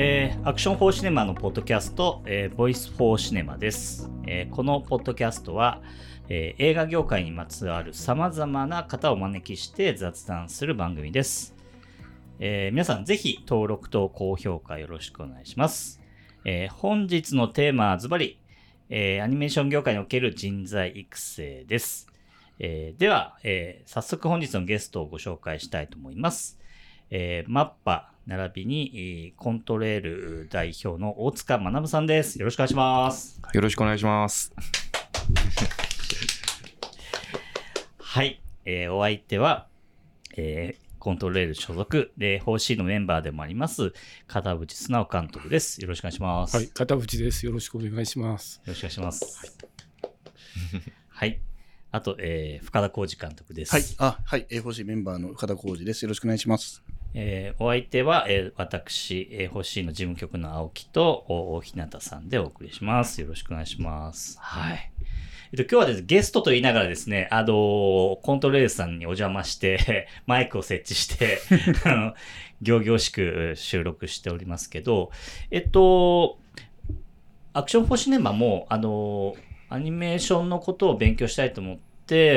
アクションフォーシネマのポッドキャスト、ボイスフォーシネマです。このポッドキャストは、映画業界にまつわる様々な方をお招きして雑談する番組です。皆さんぜひ登録と高評価よろしくお願いします。本日のテーマはズバリ、アニメーション業界における人材育成です。では、早速本日のゲストをご紹介したいと思います。マッパ並びにコントレール代表の大塚学さんです。よろしくお願いします。 よろしくお願いします。 はい、お相手は、コントレール所属で 4C のメンバーでもあります片渕素直監督です。よろしくお願いします。 はい、片渕です。よろしくお願いします。 よろしくお願いします。はい。あと、深田浩二監督です。 はい、4C メンバーの深田浩二です。よろしくお願いします。 お相手は、私、4C の事務局の青木と大日向さんでお送りします。よろしくお願いします。はい。今日はですね、ゲストと言いながらですね、コントレールさんにお邪魔して、マイクを設置して、仰々しく収録しておりますけど、アクションフォーシネマも、アニメーションのことを勉強したいと思って、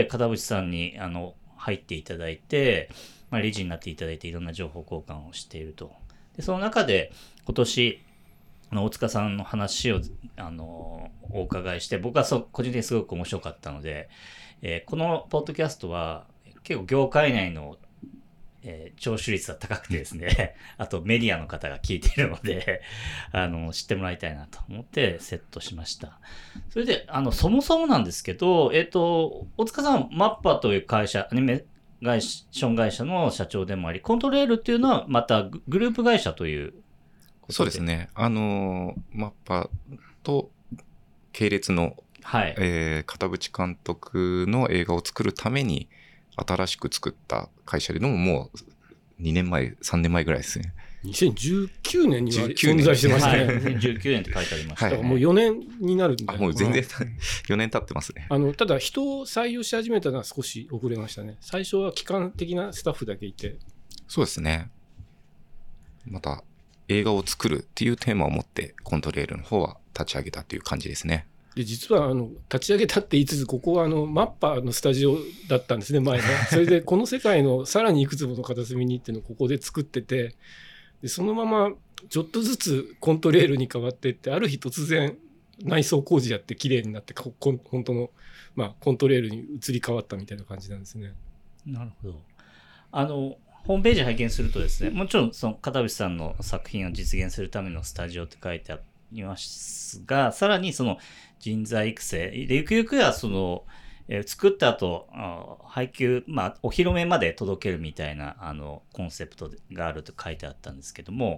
片渕さんに、入っていただいて、理事になっていただいていろんな情報交換をしていると。でその中で今年大塚さんの話をお伺いして、僕は個人的にすごく面白かったので、このポッドキャストは結構業界内の、聴取率が高くてですねあとメディアの方が聞いているので知ってもらいたいなと思ってセットしました。それでそもそもなんですけど、大塚さんマッパという会社、アニメーション会社の社長でもあり、コントレールっていうのはまたグループ会社ということで。 そうですね。マッパと系列の、 はい、 片渕監督の映画を作るために新しく作った会社でのもう2年前、3年前ぐらいですね。 2019年には存在してましたね。 はい、2019年って書いてありました、ね。 はい、もう4年になるんで。 もう全然4年経ってますね。 ただ人を採用し始めたのは少し遅れましたね。最初は機関的なスタッフだけいて。 そうですね。また映画を作るっていうテーマを持ってコントレールの方は立ち上げたという感じですね。 で実は立ち上げたって言いつつ、ここはマッパのスタジオだったんですね、前ね。それでこの世界のさらにいくつもの片隅にっていうのをここで作ってて、でそのままちょっとずつコントレールに変わっていって、ある日突然内装工事やって綺麗になって、本当の、コントレールに移り変わったみたいな感じなんですね。 なるほど。ホームページ拝見するとですね、もちろんその片渕さんの作品を実現するためのスタジオって書いてありますが、さらにその人材育成でゆくゆくはその、作った後配給、お披露目まで届けるみたいなコンセプトがあると書いてあったんですけども、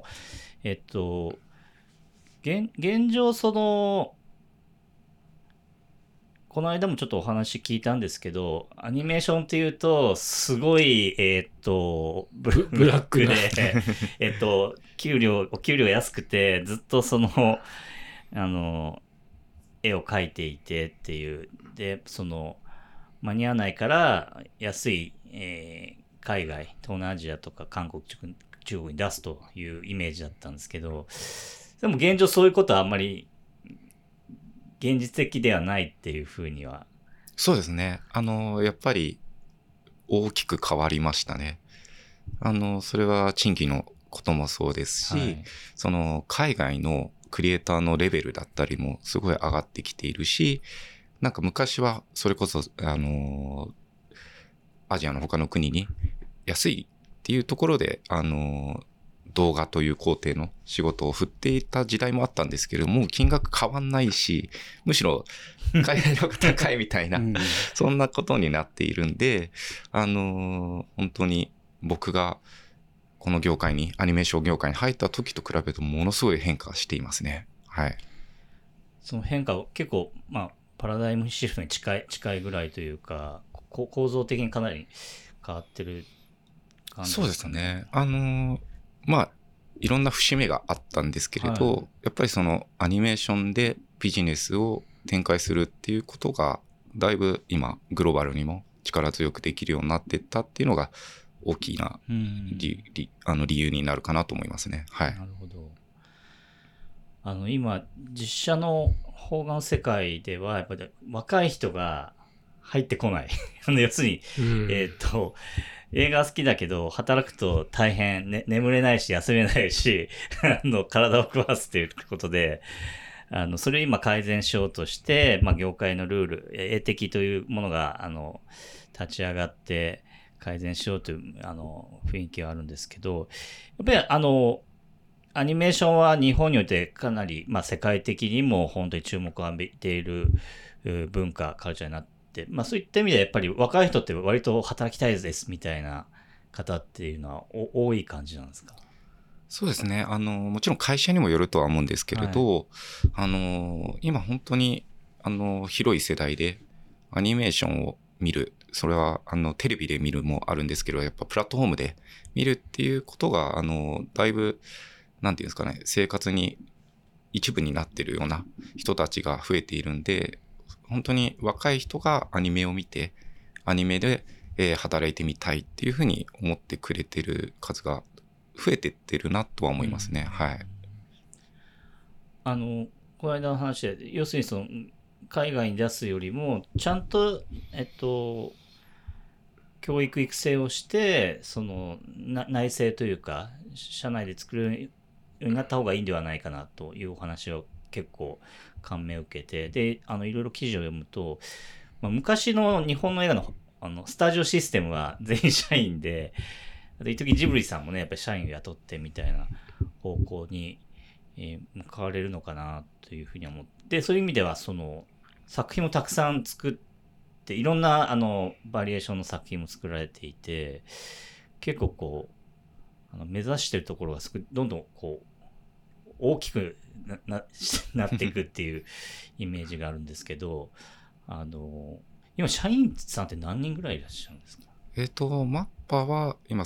現状そのこの間もちょっとお話聞いたんですけど、アニメーションっていうとすごいブラックでお給料安くてずっとその絵を描いていてっていう、でその間に合わないから安い、海外、東南アジアとか韓国、中国に出すというイメージだったんですけど、でも現状そういうことはあんまり現実的ではないっていうふうには。 そうですね。やっぱり大きく変わりましたね。それは賃金のこともそうですし、はい、その海外のクリエイターのレベルだったりもすごい上がってきているし、なんか昔はそれこそアジアの他の国に安いっていうところで動画という工程の仕事を振っていた時代もあったんですけれども、金額変わんないし、むしろ海外の方が高いみたいな、そんなことになっているんで、本当に僕がこの業界に、アニメーション業界に入った時と比べるとものすごい変化していますね。はい。 その変化を結構、パラダイムシフトに近いぐらいというか、構造的にかなり変わってる感じですかね。 そうですね。いろんな節目があったんですけれど、はい、やっぱりそのアニメーションでビジネスを展開するっていうことがだいぶ今グローバルにも力強くできるようになっていったっていうのが大きな理由になるかなと思いますね。はい。 なるほど。 今実写の邦画の世界ではやっぱり若い人が入ってこない要するに、映画好きだけど働くと大変、ね、眠れないし休めないし体を壊すということでそれを今改善しようとして、業界のルール、エテキというものが立ち上がって改善しようという雰囲気があるんですけど、やっぱりアニメーションは日本においてかなり、世界的にも本当に注目を浴びている文化、カルチャーになって、そういった意味でやっぱり若い人って割と働きたいですみたいな方っていうのは多い感じなんですか？ そうですね。もちろん会社にもよるとは思うんですけれど、今本当に広い世代でアニメーションを見る、それはテレビで見るもあるんですけど、やっぱプラットフォームで見るっていうことがだいぶなんていうんですかね、生活に一部になっているような人たちが増えているんで、本当に若い人がアニメを見てアニメで、働いてみたいっていうふうに思ってくれてる数が増えてってるなとは思いますね。はい。 この間の話で要するに海外に出すよりもちゃんと教育育成をして内製というか社内で作るようになった方がいいんではないかなというお話を結構感銘を受けて、でいろいろ記事を読むと、昔の日本の映画のスタジオシステムは全員社員で、一時ジブリさんもねやっぱり社員を雇ってみたいな方向に、向かわれるのかなというふうに思って、そういう意味では作品もたくさん作っていろんなバリエーションの作品も作られていて、結構目指しているところがどんどん大きくなっていくっていうイメージがあるんですけど、今社員さんって何人ぐらいいらっしゃるんですか？ マッパは今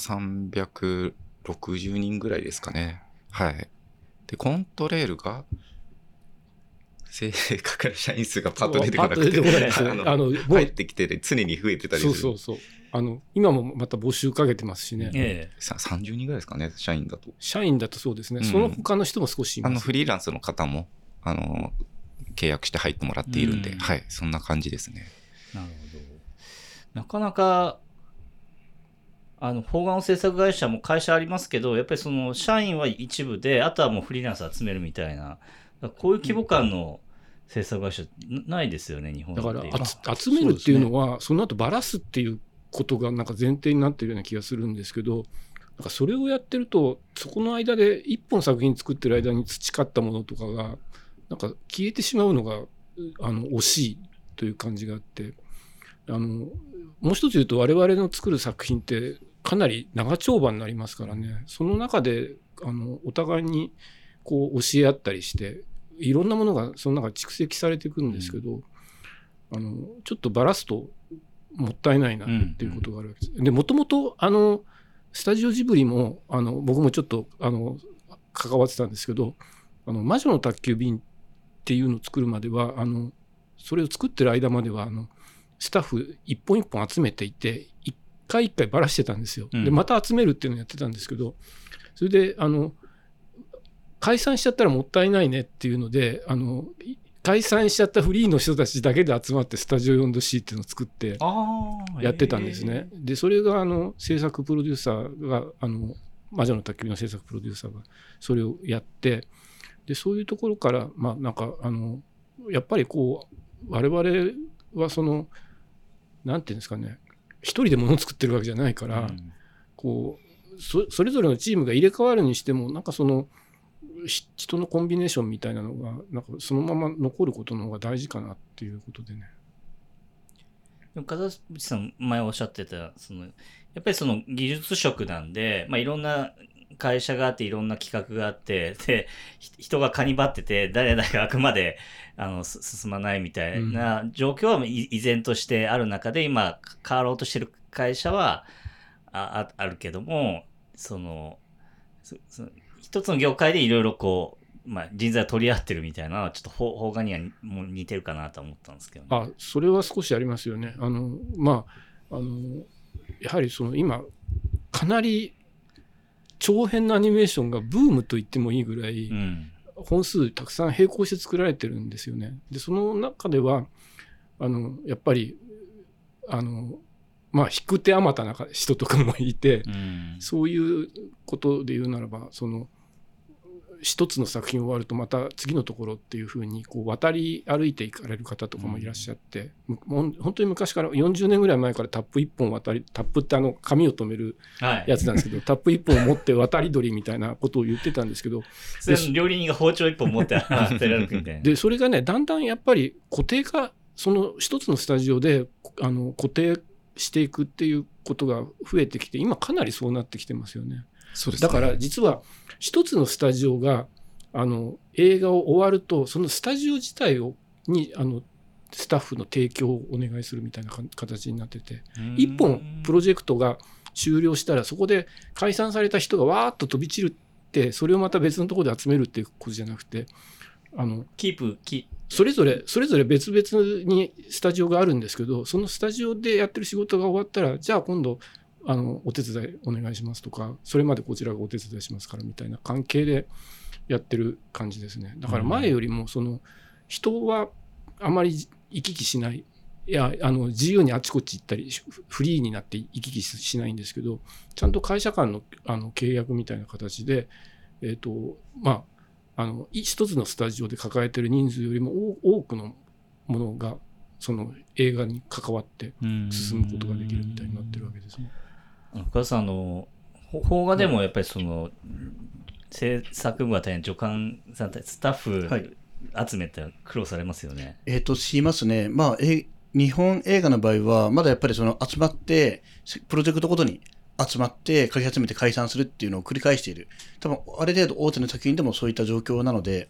360人ぐらいですかね。はい。で、コントレールが正確な社員数がパッと出てこなくて、入ってきて常に増えてたりする。 そう。今もまた募集かけてますしね。 30人ぐらいですかね、社員だと。 社員だとそうですね。その他の人も少しいます。 フリーランスの方も、契約して入ってもらっているんで、はい、そんな感じですね。 なるほど。なかなか、邦画の制作会社も会社ありますけど、やっぱり社員は一部で、あとはもうフリーランス集めるみたいな、こういう規模感の制作会社ないですよね、日本で。 だから集めるっていうのは、その後ばらすっていうことがなんか前提になってるような気がするんですけど、なんかそれをやってると、そこの間で一本作品作ってる間に培ったものとかがなんか消えてしまうのが惜しいという感じがあって、もう一つ言うと我々の作る作品ってかなり長丁場になりますからね。その中でお互いに教え合ったりしていろんなものがその中蓄積されていくんですけど、ちょっとばらすともったいないなっていうことがあるわけです。で、もともとスタジオジブリも僕もちょっと関わってたんですけど、魔女の宅急便っていうのを作るまではそれを作ってる間まではスタッフ一本一本集めていて一回一回ばらしてたんですよ。でまた集めるっていうのをやってたんですけど、それで解散しちゃったらもったいないねっていうので解散しちゃったフリーの人たちだけで集まってスタジオ 4C っていうのを作ってやってたんですね。でそれが制作プロデューサーが魔女の宅急便の制作プロデューサーがそれをやって、でそういうところからなんかやっぱり我々はなんていうんですかね、一人で物を作ってるわけじゃないから、それぞれのチームが入れ替わるにしてもなんか人のコンビネーションみたいなのがなんかそのまま残ることの方が大事かなっていうことでね。 でも片渕さん前おっしゃってたやっぱり技術職なんで、いろんな会社があっていろんな企画があってで人がカニバってて誰々があくまで進まないみたいな状況は依然としてある中で、今変わろうとしてる会社はあるけども、一つの業界でいろいろ人材を取り合ってるみたいなのはちょっと邦画にはもう似てるかなと思ったんですけどね。 それは少しありますよね。やはり今かなり長編のアニメーションがブームと言ってもいいぐらい、 本数たくさん並行して作られてるんですよね。でその中ではやっぱりまあ引く手あまたな人とかもいて、そういうことで言うならばその一つの作品終わるとまた次のところっていうふうにこう渡り歩いていかれる方とかもいらっしゃって、本当に昔から40年ぐらい前からタップ1本タップって髪を留めるやつなんですけど、タップ1本を持って渡り鳥みたいなことを言ってたんですけど、 それ料理人が包丁1本持って渡り歩くみたいな。 でそれがねだんだんやっぱり固定化、その一つのスタジオで固定していくっていうことが増えてきて、今かなりそうなってきてますよね。 そうですね。 だから実は一つのスタジオが映画を終わるとそのスタジオ自体にスタッフの提供をお願いするみたいな形になってて、一本プロジェクトが終了したらそこで解散された人がわーっと飛び散るってそれをまた別のところで集めるっていうことじゃなくてそれぞれ別々にスタジオがあるんですけど、そのスタジオでやってる仕事が終わったらじゃあ今度お手伝いお願いしますとか、それまでこちらがお手伝いしますからみたいな関係でやってる感じですね。だから前よりもその人はあまり行き来しない、いや自由にあちこち行ったりフリーになって行き来しないんですけど、ちゃんと会社間の契約みたいな形でまあ一つのスタジオで抱えてる人数よりも多くのものがその映画に関わって進むことができるみたいになってるわけですね。 深田さん邦画でもやっぱりその制作部は大変助監さんスタッフ集めて苦労されますよね。 しますね。まあ日本映画の場合はまだやっぱりその集まってプロジェクトごとに集まってかき集めて解散するっていうのを繰り返している。多分ある程度大手の作品でもそういった状況なので、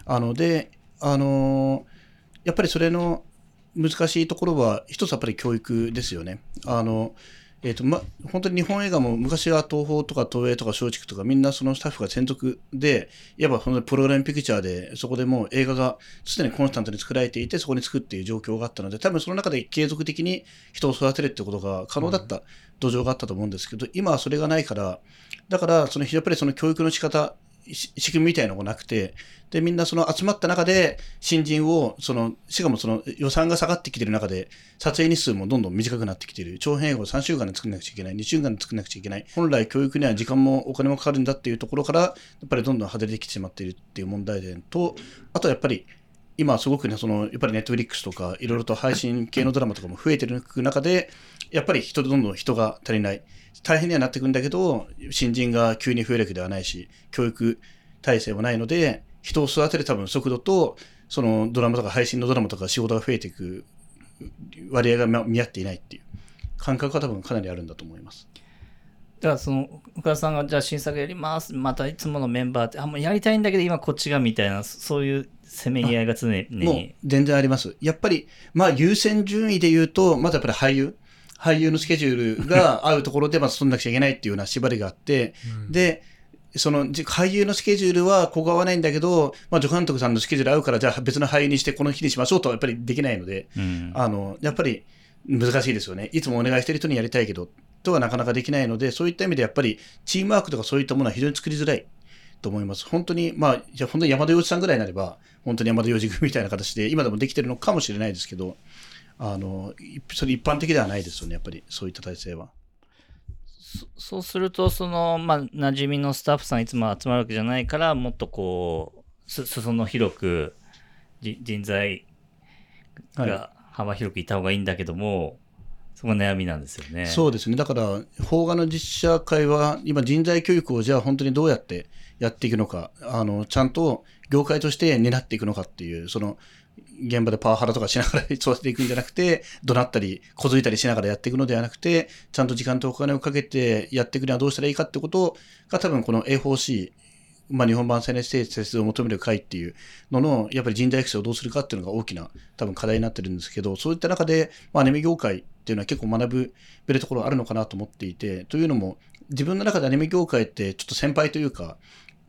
やっぱりそれの難しいところは一つやっぱり教育ですよね。本当に日本映画も昔は東宝とか東映とか松竹とかみんなそのスタッフが専属で、いわば本当にプログラムピクチャーでそこでもう映画が常にコンスタントに作られていてそこに作っている状況があったので、多分その中で継続的に人を育てるってことが可能だった土壌があったと思うんですけど、今はそれがないから、だからやっぱりその教育の仕方仕組みみたいなのがなくて、でみんなその集まった中で新人をしかもその予算が下がってきている中で撮影日数もどんどん短くなってきている。長編映画を3週間で作らなくちゃいけない、2週間で作らなくちゃいけない。本来教育には時間もお金もかかるんだっていうところからやっぱりどんどん外れてきてしまっているっていう問題点と、あとやっぱり今すごくねやっぱりネットフリックスとかいろいろと配信系のドラマとかも増えてる中でやっぱりどんどん人が足りない、大変にはなってくるんだけど新人が急に増えるわけではないし教育体制もないので、人を育てる多分速度とそのドラマとか配信のドラマとか仕事が増えていく割合が見合っていないっていう感覚が多分かなりあるんだと思います。 だからその岡田さんがじゃあ新作やります、またいつものメンバーってもうやりたいんだけど今こっちがみたいな、そういうせめぎ合いが常にもう全然あります。やっぱり優先順位で言うとまずやっぱり俳優のスケジュールが合うところでそんなくちゃいけないっていうような縛りがあって、でその俳優のスケジュールはここ合わないんだけど、助監督さんのスケジュール合うからじゃあ別の俳優にしてこの日にしましょうとはやっぱりできないので、やっぱり難しいですよね。いつもお願いしてる人にやりたいけどとはなかなかできないので、そういった意味でやっぱりチームワークとかそういったものは非常に作りづらいと思います。本当に本当に山田洋次さんぐらいになれば本当に山田洋次組みたいな形で今でもできてるのかもしれないですけど、それ一般的ではないですよね。やっぱりそういった体制は。 そうすると馴染みのスタッフさんいつも集まるわけじゃないから、もっとこう裾野広く人材が幅広くいた方がいいんだけども、そこが悩みなんですよね。 そうですね。だから邦画の実写会は今人材教育をじゃあ本当にどうやってやっていくのか、ちゃんと業界として担っていくのかっていう、その現場でパワハラとかしながら育てていくんじゃなくて、怒鳴ったり小づいたりしながらやっていくのではなくて、ちゃんと時間とお金をかけてやっていくにはどうしたらいいかってことが多分この A4C、日本版青年施設設を求める会っていうののやっぱり人材育成をどうするかっていうのが大きな多分課題になってるんですけど、そういった中でアニメ業界っていうのは結構学べるところあるのかなと思っていて、というのも自分の中でアニメ業界ってちょっと先輩というか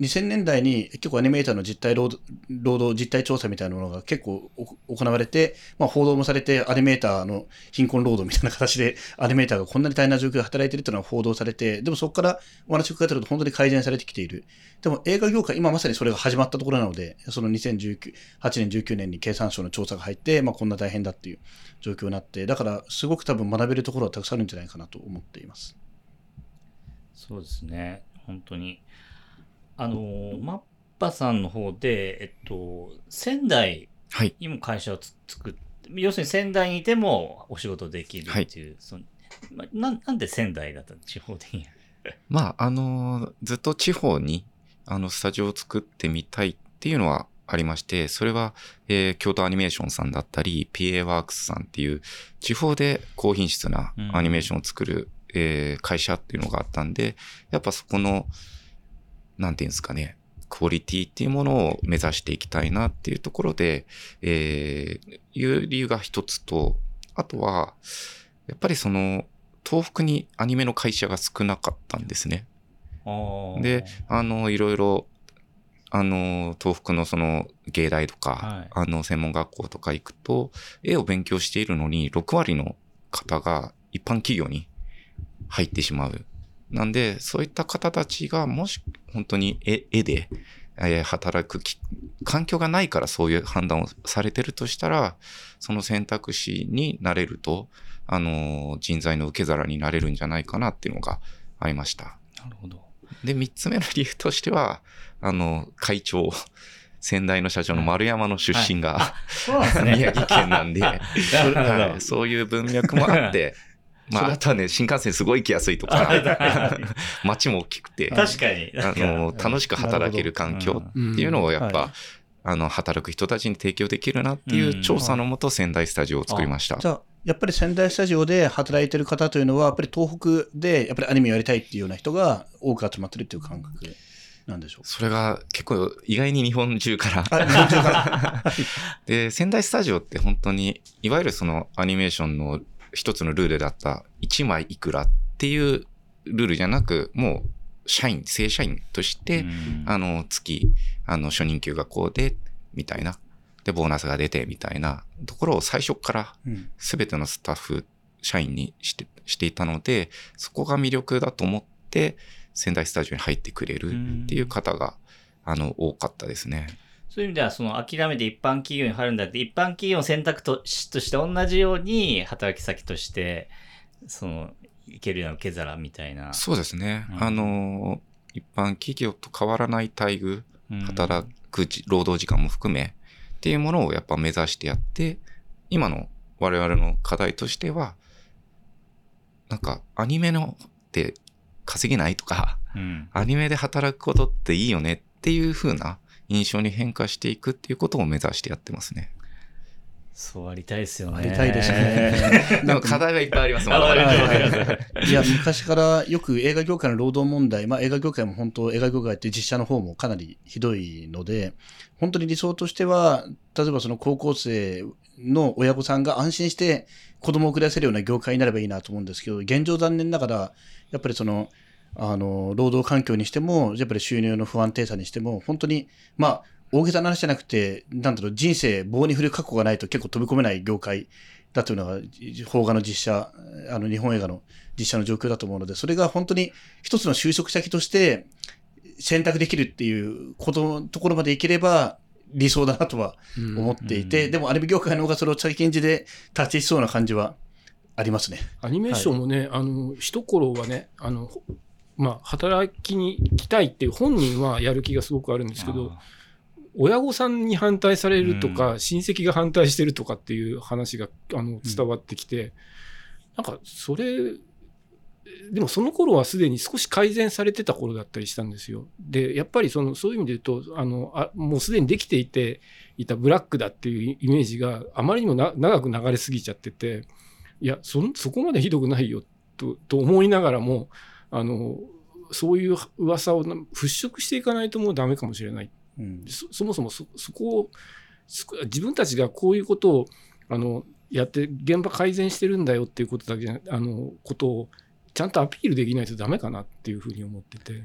2000年代に結構アニメーターの実態労働実態調査みたいなものが結構行われて、報道もされて、アニメーターの貧困労働みたいな形でアニメーターがこんなに大変な状況で働いているというのが報道されて、でもそこからお話を伺ってると本当に改善されてきている。でも映画業界、今まさにそれが始まったところなので、その2018年、19年に経産省の調査が入って、こんな大変だっていう状況になって、だからすごく多分学べるところはたくさんあるんじゃないかなと思っています。 そうですね、本当に。マッパさんの方で、仙台にも会社を作って、要するに仙台にいてもお仕事できるっていう、なんで仙台だったの、地方的に。 ずっと地方にスタジオを作ってみたいっていうのはありまして、それは、京都アニメーションさんだったり PA ワークスさんっていう地方で高品質なアニメーションを作る、会社っていうのがあったんで、やっぱそこのなんていうんですかね、クオリティっていうものを目指していきたいなっていうところで、いう理由が一つと、あとはやっぱりその東北にアニメの会社が少なかったんですね。で、いろいろ東北のその芸大とか、専門学校とか行くと、絵を勉強しているのに6割の方が一般企業に入ってしまう。なんで、そういった方たちがもし本当に絵で働く環境がないからそういう判断をされてるとしたら、その選択肢になれると、人材の受け皿になれるんじゃないかなっていうのがありました。 なるほど。 で、3つ目の理由としては、会長、先代の社長の丸山の出身が、宮城県なんで、そういう文脈もあって、あとはね、新幹線すごい行きやすいとか、街も大きくて、 確かに楽しく働ける環境っていうのをやっぱ、働く人たちに提供できるなっていう調査のもと仙台スタジオを作りました。 じゃあ、やっぱり仙台スタジオで働いてる方というのは、やっぱり東北でやっぱりアニメをやりたいっていうような人が多く集まってるっていう感覚なんでしょうか。 それが結構意外に日本中からで、仙台スタジオって本当にいわゆるそのアニメーションの一つのルールだった1枚いくらっていうルールじゃなく、もう正社員として、月、初任給がこうで、みたいな。で、ボーナスが出て、みたいなところを最初から全てのスタッフ、社員にしていたので、そこが魅力だと思って、仙台スタジオに入ってくれるっていう方が、多かったですね。 そういう意味では、その諦めて一般企業に入るんだって、一般企業の選択として同じように働き先として、いけるような受け皿みたいな。 そうですね。一般企業と変わらない待遇、働く労働時間も含めっていうものをやっぱ目指してやって、今の我々の課題としては、なんかアニメのって稼げないとか、アニメで働くことっていいよねっていう風な印象に変化していくっていうことを目指してやってますね。 そうありたいですよね。 ありたいですね。 でも課題はいっぱいあります。 いや、昔からよく映画業界の労働問題、映画業界も本当、映画業界って実写の方もかなりひどいので、本当に理想としては、例えばその高校生の親御さんが安心して子供を送り出せるような業界になればいいなと思うんですけど、現状残念ながら、やっぱりその、労働環境にしても、やっぱり収入の不安定さにしても、本当に、大げさな話じゃなくて、人生棒に振る覚悟がないと結構飛び込めない業界だというのが、邦画の実写、日本映画の実写の状況だと思うので、それが本当に一つの就職先として選択できるっていうところまでいければ理想だなとは思っていて、でもアニメ業界の方がそれを先んじで立ちしそうな感じはありますね。 アニメーションもね、一頃はね、働きに行きたいっていう本人はやる気がすごくあるんですけど、親御さんに反対されるとか、親戚が反対してるとかっていう話が伝わってきて、なんかそれ、でもその頃はすでに少し改善されてた頃だったりしたんですよ。で、やっぱりそういう意味で言うと、もうすでにできていたブラックだっていうイメージがあまりにも長く流れすぎちゃってて、いや、そこまでひどくないよと思いながらも、そういう噂を払拭していかないともうダメかもしれない。そもそもそこを自分たちがこういうことをやって現場改善してるんだよっていうことだけことをちゃんとアピールできないとダメかなっていうふうに思ってて、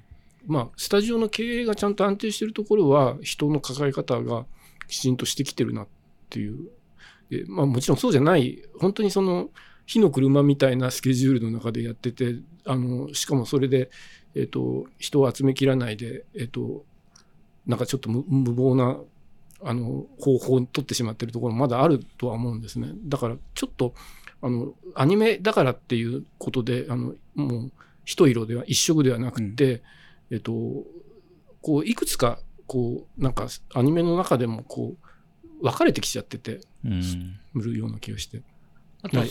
スタジオの経営がちゃんと安定しているところは人の抱え方がきちんとしてきてるなっていう。でもちろんそうじゃない、本当にその火の車みたいなスケジュールの中でやってて、しかもそれで、人を集めきらないで、なんかちょっと無謀な方法を取ってしまっているところもまだあるとは思うんですね。だからちょっとアニメだからっていうことでもう一色では一色ではなくて、こういくつかこうなんかアニメの中でもこう分かれてきちゃってて、無るような気がして。 あと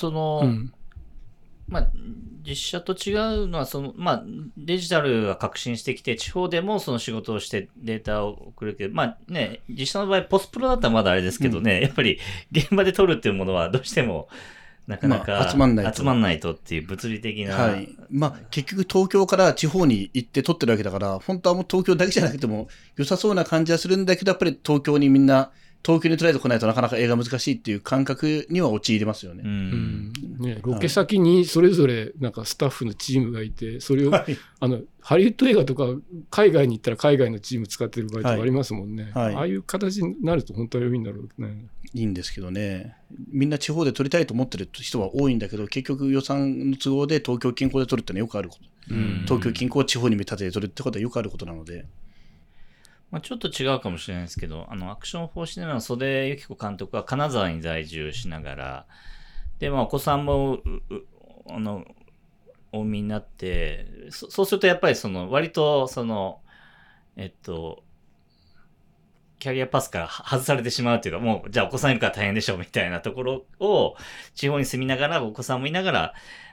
実写と違うのはデジタルが革新してきて地方でもその仕事をしてデータを送るけど実写の場合ポスプロだったらまだあれですけどね、やっぱり現場で撮るっていうものはどうしてもなかなか集まんないとっていう物理的な、 結局東京から地方に行って撮ってるわけだから本当はもう東京だけじゃなくても良さそうな感じはするんだけど、やっぱり東京にとりあえず来ないとなかなか映画難しいっていう感覚には陥りますよね。 ロケ先にそれぞれなんかスタッフのチームがいて、それを、ハリウッド映画とか海外に行ったら海外のチーム使ってる場合とかありますもんね。ああいう形になると本当はいいんだろうね。 いいんですけどね。みんな地方で撮りたいと思ってる人は多いんだけど、結局予算の都合で東京近郊で撮るってのはよくあること。東京近郊を地方に見立てて撮るってことはよくあることなので。 ちょっと違うかもしれないですけど、アクション4シネマの袖由紀子監督は金沢に在住しながら、で、お子さんも、お産みになって、そうするとやっぱり割とキャリアパスから外されてしまうというか、もう、じゃあお子さんいるから大変でしょうみたいなところを、地方に住みながら、お子さんもいながら、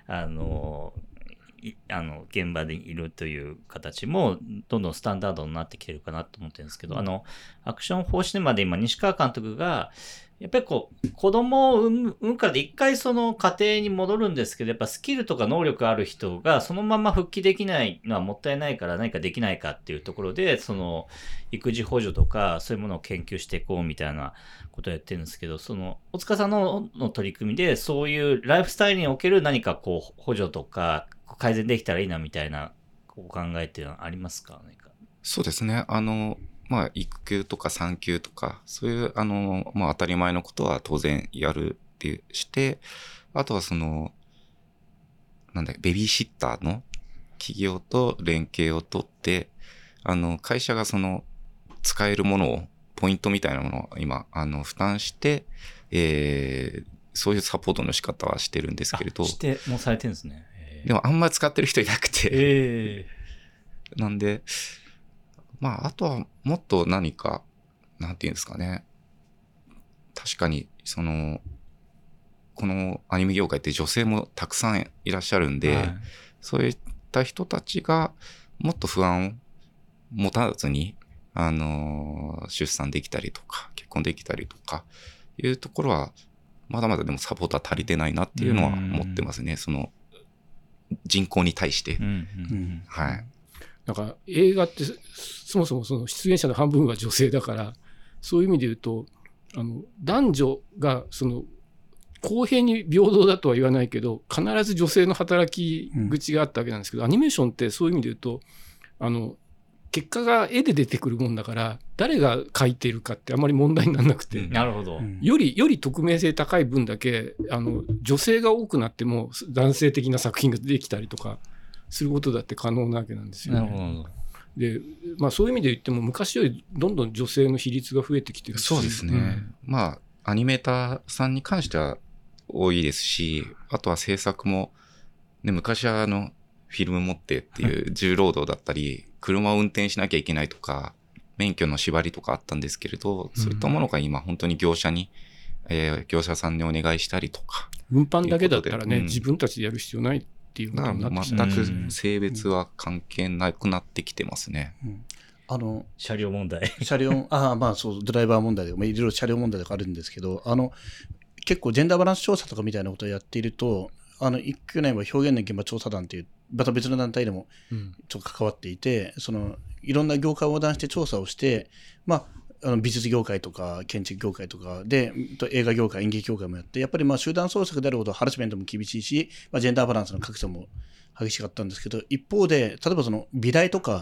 現場でいるという形もどんどんスタンダードになってきてるかなと思ってるんですけど、アクション4シネマで今西川監督がやっぱり子供を産むからで一回その家庭に戻るんですけど、やっぱスキルとか能力ある人がそのまま復帰できないのはもったいないから何かできないかっていうところで、育児補助とかそういうものを研究していこうみたいなことをやってるんですけど、大塚さんの取り組みでそういうライフスタイルにおける何か補助とか改善できたらいいなみたいなお考えっていうのはありますか？ そうですね。育休とか産休とか、そういう、当たり前のことは当然やるってして、あとはベビーシッターの企業と連携を取って、会社が使えるものを、ポイントみたいなものを今、負担して、そういうサポートの仕方はしてるんですけれど。 もうされてるんですね。 でもあんまり使ってる人いなくて。なんで、あとはもっと何か、なんていうんですかね。確かに、このアニメ業界って女性もたくさんいらっしゃるんで、そういった人たちがもっと不安を持たずに、出産できたりとか、結婚できたりとか、いうところは、まだまだでもサポートは足りてないなっていうのは思ってますね。人口に対して。はい。 なんか映画ってそもそも出演者の半分は女性だから、そういう意味で言うと男女が公平に平等だとは言わないけど必ず女性の働き口があったわけなんですけど、アニメーションってそういう意味で言うと結果が絵で出てくるもんだから誰が描いてるかってあんまり問題にならなくて、 なるほど。 より匿名性高い分だけ女性が多くなっても男性的な作品ができたりとかすることだって可能なわけなんですよね。 なるほど。 で、そういう意味で言っても昔よりどんどん女性の比率が増えてきてるし。 そうですね。アニメーターさんに関しては多いですし、あとは制作も、ね、昔はフィルム持ってっていう重労働だったり、車を運転しなきゃいけないとか、免許の縛りとかあったんですけれど、そういったものが今本当に業者さんにお願いしたりとか。 運搬だけだったらね、自分たちでやる必要ないっていうことになってきた。 全く性別は関係なくなってきてますね。 車両問題。 ドライバー問題とか、いろいろ車両問題とかあるんですけど、結構ジェンダーバランス調査とかみたいなことをやっていると、去年は表現の現場調査団っていう、また別の団体でもちょっと関わっていて、いろんな業界を横断して調査をして、美術業界とか建築業界とかで映画業界演劇業界もやって、やっぱり集団創作であるほどハラスメントも厳しいし、ジェンダーバランスの格差も激しかったんですけど、一方で例えば美大とか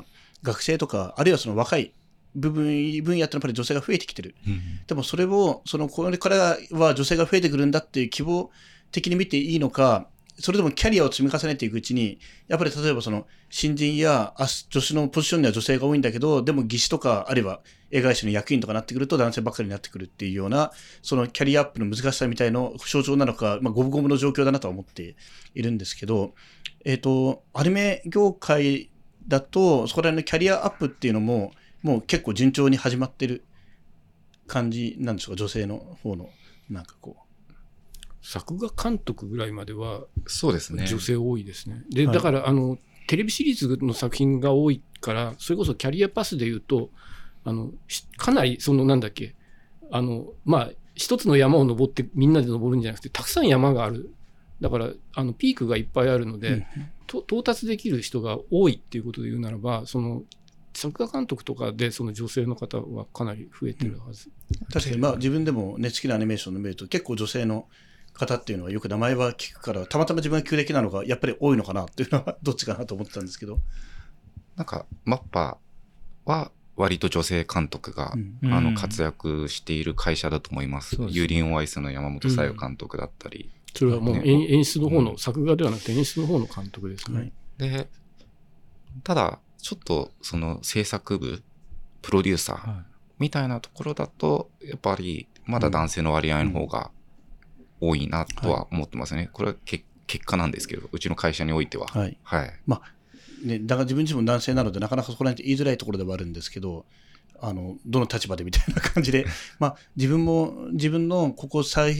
学生とか、あるいはその若い分野っていうのはやっぱり女性が増えてきてる。でもそれを、これからは女性が増えてくるんだっていう希望的に見ていいのか、それともキャリアを積み重ねていくうちに、やっぱり例えばその新人や助手のポジションには女性が多いんだけど、でも技師とか、あるいは映画会社の役員とかなってくると男性ばっかりになってくるっていうような、そのキャリアアップの難しさみたいの象徴なのか、五分五分の状況だなとは思っているんですけど、アニメ業界だと、そこら辺のキャリアアップっていうのも、もう結構順調に始まってる感じなんでしょうか、女性の方の、なんかこう。 作画監督ぐらいまではそうですね。 女性多いですね。で、 はい、 だからテレビシリーズの作品が多いから、それこそキャリアパスでいうと、かなりなんだっけ、一つの山を登ってみんなで登るんじゃなくて、たくさん山がある。だからピークがいっぱいあるので、到達できる人が多いっていうことで言うならば、作画監督とかで女性の方はかなり増えてるはず。 確かに自分でもね、好きなアニメーションを見ると結構女性の方っていうのはよく名前は聞くから、たまたま自分が旧暦なのがやっぱり多いのかなっていうのはどっちかなと思ってたんですけど、 なんかマッパは割と女性監督が、活躍している会社だと思います。ユーリン・オアイスの山本小夜監督だったり、 それはもう演出の方の、作画ではなくて演出の方の監督ですね。 はい、 で、ただちょっと制作部プロデューサーみたいなところだと、やっぱりまだ男性の割合の方が多いなとは思ってますね。これは結果なんですけど、うちの会社においては。 はい。ね、だから自分自身も男性なので、なかなかそこら辺って言いづらいところではあるんですけど、どの立場でみたいな感じで、自分のここ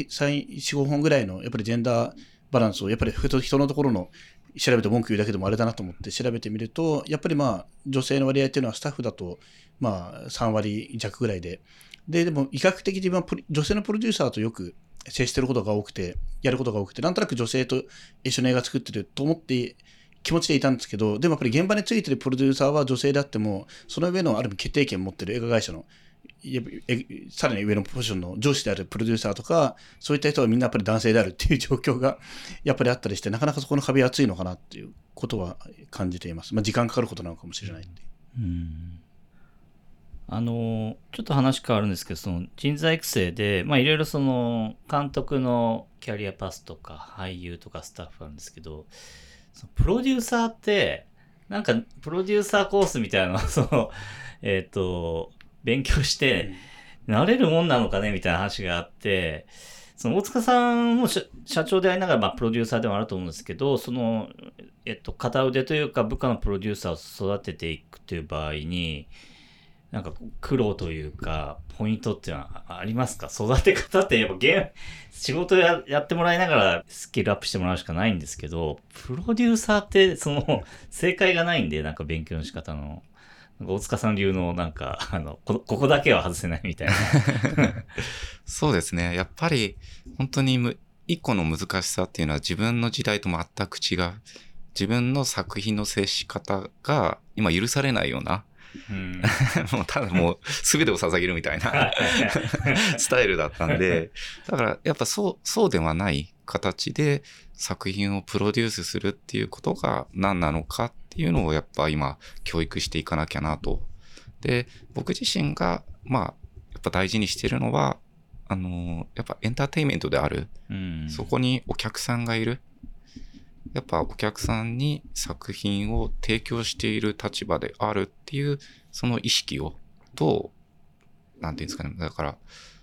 4、5本ぐらいのやっぱりジェンダーバランスをやっぱり人のところの調べて文句言うだけでもあれだなと思って調べてみると、やっぱり女性の割合っていうのはスタッフだと3割弱ぐらいで、でも比較的自分は女性のプロデューサーとよく接してることが多くて、やることが多くて、なんとなく女性と一緒に映画作ってると思って気持ちでいたんですけど、でもやっぱり現場についてるプロデューサーは女性であっても、その上のある意味決定権を持ってる映画会社のさらに上のポジションの上司であるプロデューサーとか、そういった人はみんなやっぱり男性であるっていう状況がやっぱりあったりして、なかなかそこの壁は厚いのかなっていうことは感じています。時間かかることなのかもしれないんで。 ちょっと話変わるんですけど、人材育成で、いろいろ監督のキャリアパスとか俳優とかスタッフあるんですけど、プロデューサーってなんかプロデューサーコースみたいな勉強してなれるもんなのかねみたいな話があって、大塚さんも社長でありながらプロデューサーでもあると思うんですけど、片腕というか部下のプロデューサーを育てていくという場合に、なんか苦労というかポイントっていうのはありますか？育て方ってやっぱ仕事やってもらいながらスキルアップしてもらうしかないんですけど、プロデューサーって正解がないんで、なんか勉強の仕方のなんか大塚さん流のなんかここだけは外せないみたいなそうですね。やっぱり本当に一個の難しさっていうのは自分の時代と全く違う。自分の作品の接し方が今許されないようなもうただもう全てを捧げるみたいなスタイルだったんで、だからやっぱそうではない形で作品をプロデュースするっていうことが何なのかっていうのをやっぱ今教育していかなきゃなと。で、僕自身がやっぱ大事にしてるのはやっぱエンターテインメントである、そこにお客さんがいる。やっぱお客さんに作品を提供している立場であるっていうその意識をなんていうんですかね、だから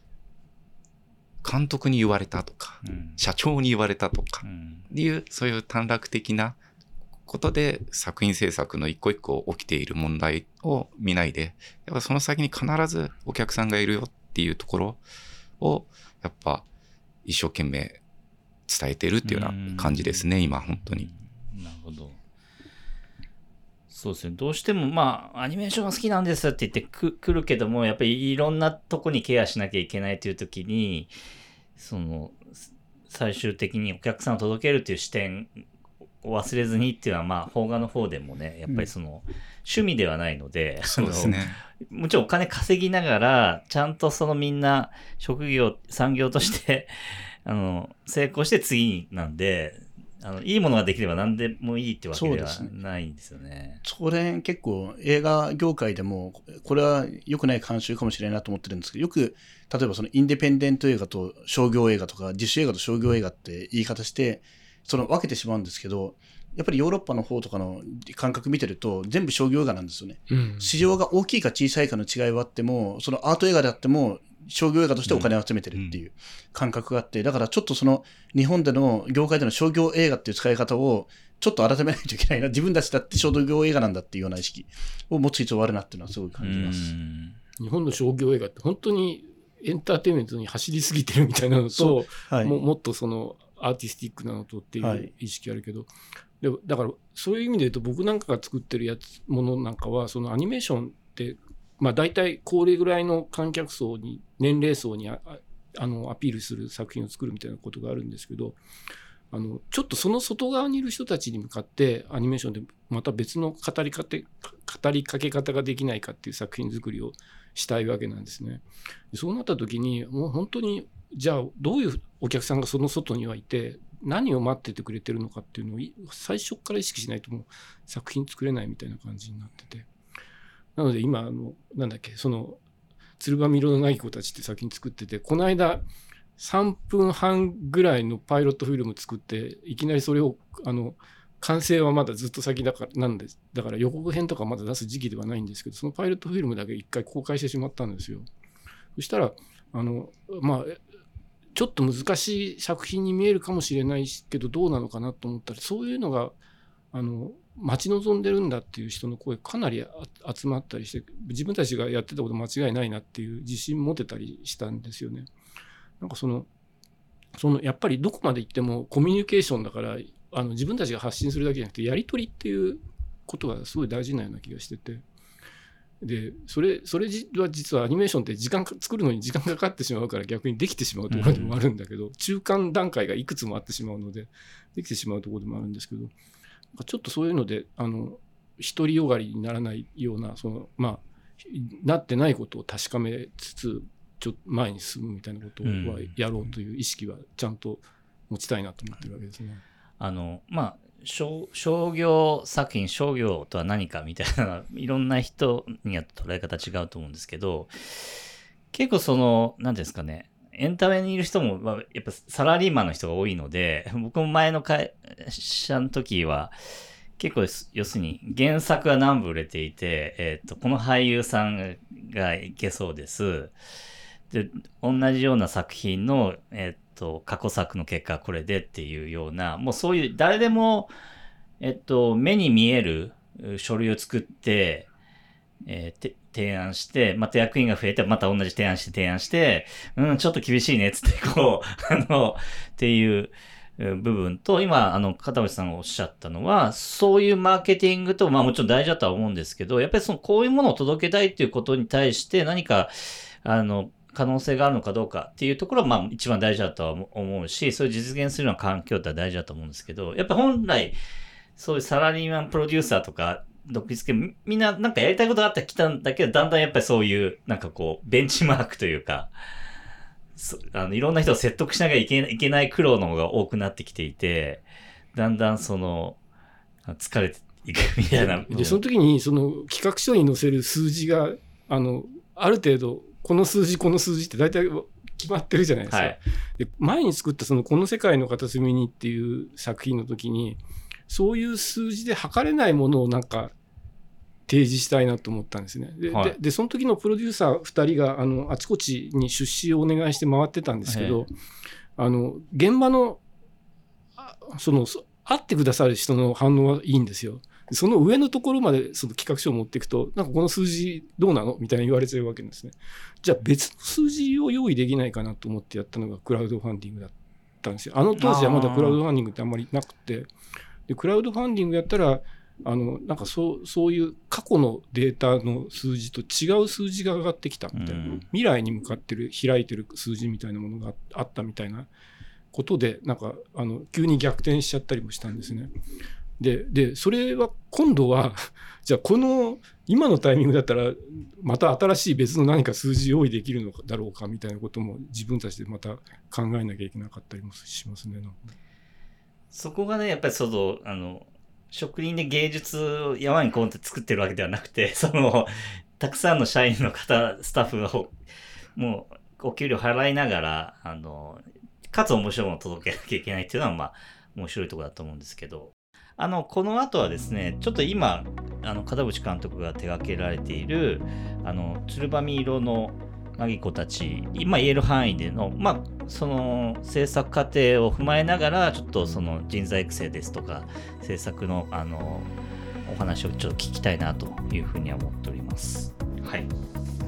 監督に言われたとか、社長に言われたとかっていうそういう短絡的なことで作品制作の一個一個起きている問題を見ないで、やっぱその先に必ずお客さんがいるよっていうところをやっぱ一生懸命伝えてるっていうような感じですね、今本当に。 なるほど。そうですね。どうしてもアニメーションが好きなんですって言って来るけども、やっぱりいろんなとこにケアしなきゃいけないという時に、最終的にお客さんを届けるっていう視点を忘れずにっていうのは邦画の方でもね、やっぱり趣味ではないので、 そうですね。 もちろんお金稼ぎながらちゃんとみんな職業産業として成功して次なんで、 いいものができれば何でもいいってわけではそうですねないんですよね。 それ結構映画業界でもこれは良くない慣習かもしれないなと思ってるんですけど、よく例えばそのインディペンデント映画と商業映画とか自主映画と商業映画って言い方してその分けてしまうんですけど、やっぱりヨーロッパの方とかの感覚見てると全部商業映画なんですよね。市場が大きいか小さいかの違いはあっても、そのアート映画であっても商業映画としてお金を集めてるっていう感覚があって、だからちょっとその日本での業界での商業映画っていう使い方をちょっと改めないといけないな、自分たちだって商業映画なんだっていうような意識を持つ必要があるなっていうのはすごい感じます。 日本の商業映画って本当にエンターテインメントに走りすぎてるみたいなのと、 はい、 もっとそのアーティスティックなのとっていう意識あるけど、でだからそういう意味で言うと僕なんかが作ってるものなんかはそのアニメーションって大体これぐらいの観客層に年齢層にアピールする作品を作るみたいなことがあるんですけど、ちょっとその外側にいる人たちに向かってアニメーションでまた別の語りかけ方ができないかっていう作品作りをしたいわけなんですね。そうなった時にもう本当にじゃあどういうお客さんがその外にはいて何を待っててくれてるのかっていうのを最初から意識しないともう作品作れないみたいな感じになってて、なので今なんだっけ、その鶴羽色のない子たちって作品作ってて、この間3分半ぐらいのパイロットフィルム作っていきなりそれを完成はまだずっと先だから予告編とかまだ出す時期ではないんですけど、そのパイロットフィルムだけ一回公開してしまったんですよ。そしたらちょっと難しい作品に見えるかもしれないけどどうなのかなと思ったら、そういうのが待ち望んでるんだっていう人の声かなり集まったりして、自分たちがやってたこと間違いないなっていう自信持てたりしたんですよね。なんかそのやっぱりどこまで行ってもコミュニケーションだから自分たちが発信するだけじゃなくてやり取りっていうことがすごい大事なような気がしてて、でそれは実はアニメーションって作るのに時間がかかってしまうから逆にできてしまうところでもあるんだけど、中間段階がいくつもあってしまうのでできてしまうところでもあるんですけど、ちょっとそういうので独りよがりにならないようななってないことを確かめつつ前に進むみたいなことはやろうという意識はちゃんと持ちたいなと思ってるわけですね。 商業作品、商業とは何かみたいないろんな人には捉え方違うと思うんですけど、結構何ですかね、エンタメにいる人もやっぱサラリーマンの人が多いので、僕も前の会社の時は結構要するに原作が何部売れていて、この俳優さんがいけそうです。で、同じような作品の過去作の結果はこれでっていうような、もうそういう誰でも目に見える書類を作って、提案して、また役員が増えて、また同じ提案して、ちょっと厳しいねっつってっていう部分と、今片渕さんがおっしゃったのは、そういうマーケティングともちろん大事だとは思うんですけど、やっぱりこういうものを届けたいっていうことに対して何か可能性があるのかどうかっていうところは一番大事だとは思うし、それを実現するような環境って大事だと思うんですけど、やっぱ本来そういうサラリーマンプロデューサーとか独立系みんななんかやりたいことがあって来たんだけど、だんだんやっぱりそういうなんかベンチマークというか、いろんな人を説得しなきゃいけない苦労の方が多くなってきていて、だんだん疲れていくみたいな。 でその時にその企画書に載せる数字がある程度この数字って大体決まってるじゃないですか。はい、で前に作ったこの世界の片隅にっていう作品の時にそういう数字で測れないものをなんか提示したいなと思ったんですね。でその時のプロデューサー2人があちこちに出資をお願いして回ってたんですけど、現場の会ってくださる人の反応はいいんですよ。その上のところまでその企画書を持っていくと、なんかこの数字どうなのみたいに言われちゃうわけですね。じゃあ別の数字を用意できないかなと思ってやったのがクラウドファンディングだったんですよ。当時はまだクラウドファンディングってあんまりなくて、でクラウドファンディングやったらなんかそういう過去のデータの数字と違う数字が上がってきたみたいな、未来に向かって開いてる数字みたいなものがあったみたいなことで、なんか急に逆転しちゃったりもしたんですね。でそれは今度はじゃあこの今のタイミングだったらまた新しい別の何か数字用意できるのだろうかみたいなことも自分たちでまた考えなきゃいけなかったりもしますね。 そこがね、やっぱり職人で芸術を山にこうって作ってるわけではなくて、たくさんの社員の方、スタッフがもうお給料払いながら、かつ面白いものを届けなきゃいけないっていうのは、まあ、面白いところだと思うんですけど、この後はですね、ちょっと今、片渕監督が手掛けられている、鶴羽色のマギ子たち、今言える範囲での、まあ、その制作過程を踏まえながら、ちょっとその人材育成ですとか、制作の、お話をちょっと聞きたいなというふうには思っております。はい。